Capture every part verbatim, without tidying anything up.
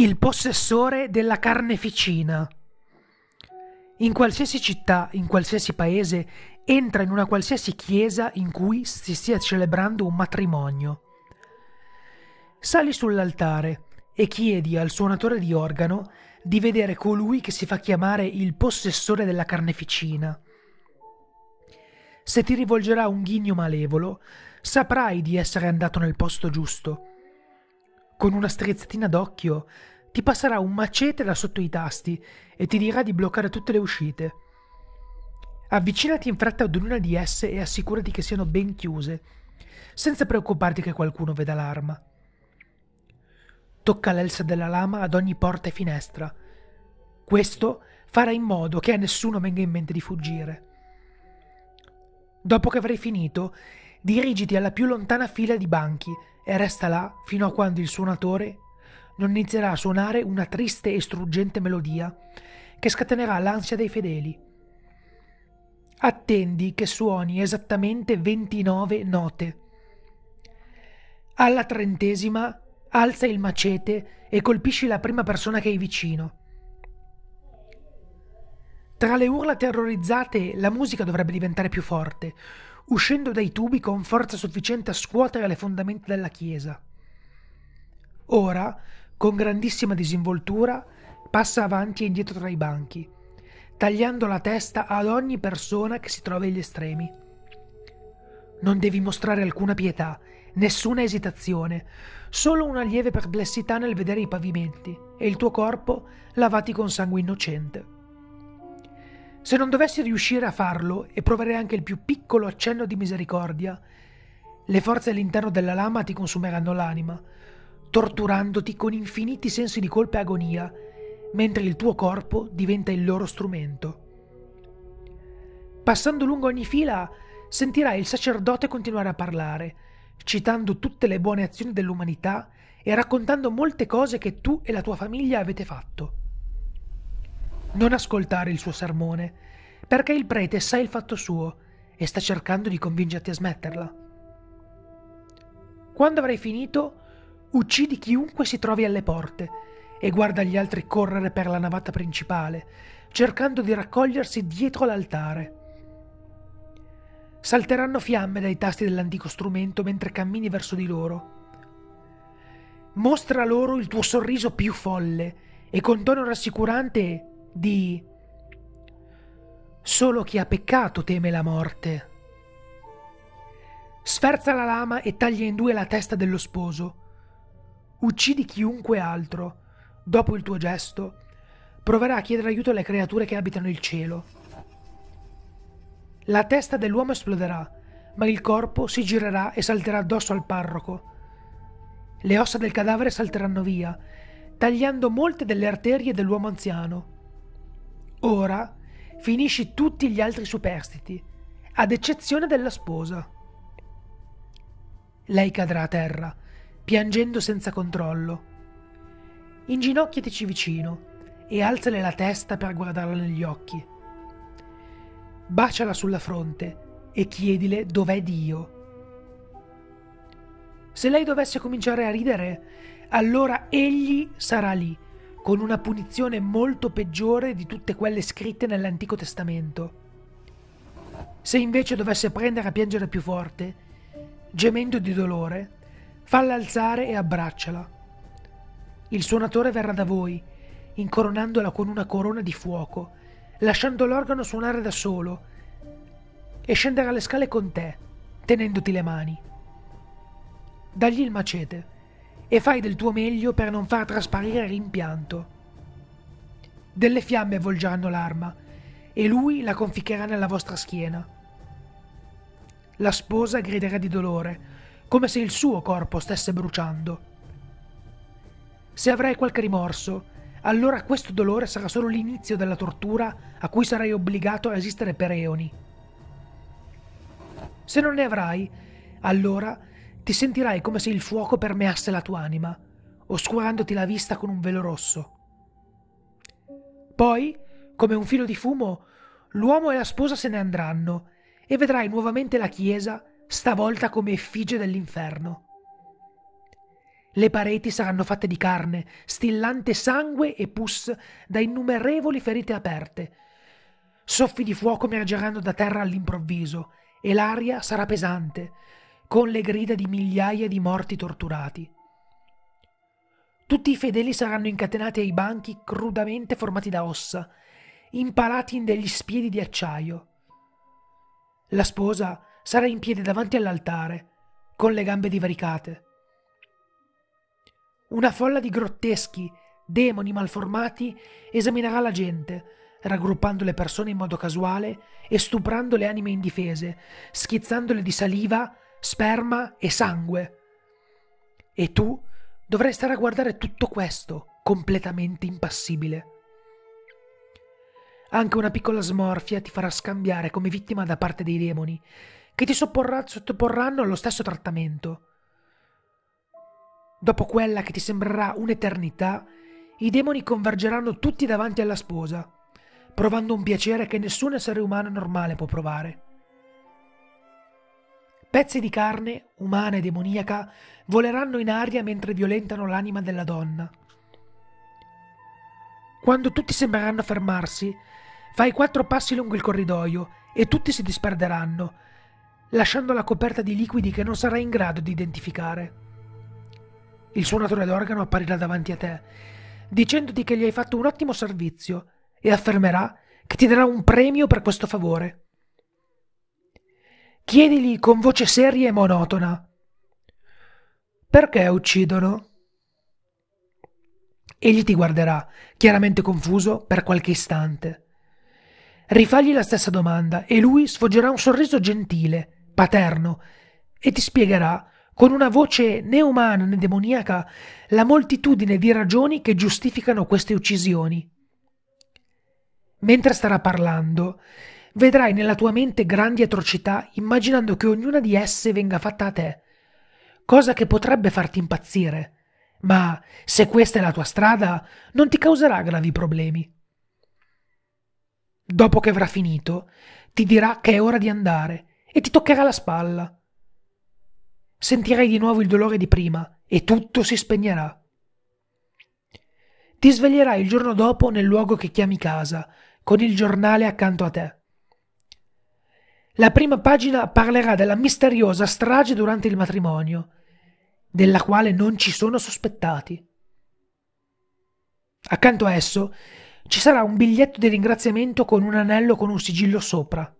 Il possessore della carneficina. In qualsiasi città, in qualsiasi paese, entra in una qualsiasi chiesa in cui si stia celebrando un matrimonio. Sali sull'altare e chiedi al suonatore di organo di vedere colui che si fa chiamare il possessore della carneficina. Se ti rivolgerà un ghigno malevolo, saprai di essere andato nel posto giusto. Con una strizzatina d'occhio ti passerà un macete da sotto i tasti e ti dirà di bloccare tutte le uscite. Avvicinati in fretta ad ognuna di esse e assicurati che siano ben chiuse, senza preoccuparti che qualcuno veda l'arma. Tocca l'elsa della lama ad ogni porta e finestra. Questo farà in modo che a nessuno venga in mente di fuggire. Dopo che avrai finito, dirigiti alla più lontana fila di banchi e resta là fino a quando il suonatore non inizierà a suonare una triste e struggente melodia che scatenerà l'ansia dei fedeli. Attendi che suoni esattamente ventinove note. Alla trentesima alza il macete e colpisci la prima persona che hai vicino. Tra le urla terrorizzate la musica dovrebbe diventare più forte, uscendo dai tubi con forza sufficiente a scuotere le fondamenta della chiesa. Ora, con grandissima disinvoltura, passa avanti e indietro tra i banchi, tagliando la testa ad ogni persona che si trova agli estremi. Non devi mostrare alcuna pietà, nessuna esitazione, solo una lieve perplessità nel vedere i pavimenti e il tuo corpo lavati con sangue innocente. Se non dovessi riuscire a farlo e provare anche il più piccolo accenno di misericordia, le forze all'interno della lama ti consumeranno l'anima, torturandoti con infiniti sensi di colpa e agonia, mentre il tuo corpo diventa il loro strumento. Passando lungo ogni fila, sentirai il sacerdote continuare a parlare, citando tutte le buone azioni dell'umanità e raccontando molte cose che tu e la tua famiglia avete fatto. Non ascoltare il suo sermone, perché il prete sa il fatto suo e sta cercando di convincerti a smetterla. Quando avrai finito, uccidi chiunque si trovi alle porte e guarda gli altri correre per la navata principale, cercando di raccogliersi dietro l'altare. Salteranno fiamme dai tasti dell'antico strumento mentre cammini verso di loro. Mostra loro il tuo sorriso più folle e con tono rassicurante di «Solo chi ha peccato teme la morte». Sferza la lama e taglia in due la testa dello sposo. Uccidi chiunque altro. Dopo il tuo gesto, proverà a chiedere aiuto alle creature che abitano il cielo. La testa dell'uomo esploderà, ma il corpo si girerà e salterà addosso al parroco. Le ossa del cadavere salteranno via, tagliando molte delle arterie dell'uomo anziano. Ora finisci tutti gli altri superstiti, ad eccezione della sposa. Lei cadrà a terra, piangendo senza controllo. Inginocchiatici vicino e alzale la testa per guardarla negli occhi. Baciala sulla fronte e chiedile dov'è Dio. Se lei dovesse cominciare a ridere, allora egli sarà lì, con una punizione molto peggiore di tutte quelle scritte nell'Antico Testamento. Se invece dovesse prendere a piangere più forte, gemendo di dolore, falla alzare e abbracciala. Il suonatore verrà da voi, incoronandola con una corona di fuoco, lasciando l'organo suonare da solo, e scenderà le scale con te, tenendoti le mani. Dagli il macete e fai del tuo meglio per non far trasparire rimpianto. Delle fiamme avvolgeranno l'arma e lui la conficcherà nella vostra schiena. La sposa griderà di dolore, come se il suo corpo stesse bruciando. Se avrai qualche rimorso, allora questo dolore sarà solo l'inizio della tortura a cui sarai obbligato a resistere per eoni. Se non ne avrai, allora ti sentirai come se il fuoco permeasse la tua anima, oscurandoti la vista con un velo rosso. Poi, come un filo di fumo, l'uomo e la sposa se ne andranno e vedrai nuovamente la chiesa, stavolta come effigie dell'inferno. Le pareti saranno fatte di carne, stillante sangue e pus da innumerevoli ferite aperte. Soffi di fuoco emergeranno da terra all'improvviso e l'aria sarà pesante, con le grida di migliaia di morti torturati. Tutti i fedeli saranno incatenati ai banchi crudamente formati da ossa, impalati in degli spiedi di acciaio. La sposa sarà in piedi davanti all'altare, con le gambe divaricate. Una folla di grotteschi, demoni malformati esaminerà la gente, raggruppando le persone in modo casuale e stuprando le anime indifese, schizzandole di saliva, sperma e sangue. E tu dovrai stare a guardare tutto questo, completamente impassibile. Anche una piccola smorfia ti farà scambiare come vittima da parte dei demoni, che ti sopporrà- sottoporranno allo stesso trattamento. Dopo quella che ti sembrerà un'eternità, i demoni convergeranno tutti davanti alla sposa, provando un piacere che nessun essere umano normale può provare. Pezzi di carne, umana e demoniaca, voleranno in aria mentre violentano l'anima della donna. Quando tutti sembreranno fermarsi, fai quattro passi lungo il corridoio e tutti si disperderanno, lasciandola coperta di liquidi che non sarai in grado di identificare. Il suonatore d'organo apparirà davanti a te, dicendoti che gli hai fatto un ottimo servizio e affermerà che ti darà un premio per questo favore. Chiedigli con voce seria e monotona: perché uccidono? Egli ti guarderà, chiaramente confuso, per qualche istante. Rifagli la stessa domanda e lui sfoggerà un sorriso gentile, paterno, e ti spiegherà, con una voce né umana né demoniaca, la moltitudine di ragioni che giustificano queste uccisioni. Mentre starà parlando, vedrai nella tua mente grandi atrocità, immaginando che ognuna di esse venga fatta a te, cosa che potrebbe farti impazzire, ma se questa è la tua strada, non ti causerà gravi problemi. Dopo che avrà finito, ti dirà che è ora di andare e ti toccherà la spalla. Sentirai di nuovo il dolore di prima e tutto si spegnerà. Ti sveglierai il giorno dopo nel luogo che chiami casa, con il giornale accanto a te. La prima pagina parlerà della misteriosa strage durante il matrimonio, della quale non ci sono sospettati. Accanto a esso ci sarà un biglietto di ringraziamento con un anello con un sigillo sopra.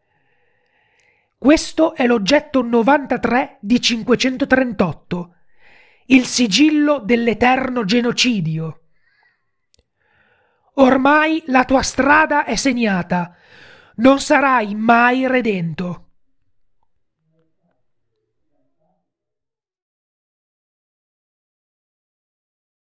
Questo è l'oggetto novantatré di cinquecentotrentotto, il sigillo dell'eterno genocidio. Ormai la tua strada è segnata, non sarai mai redento.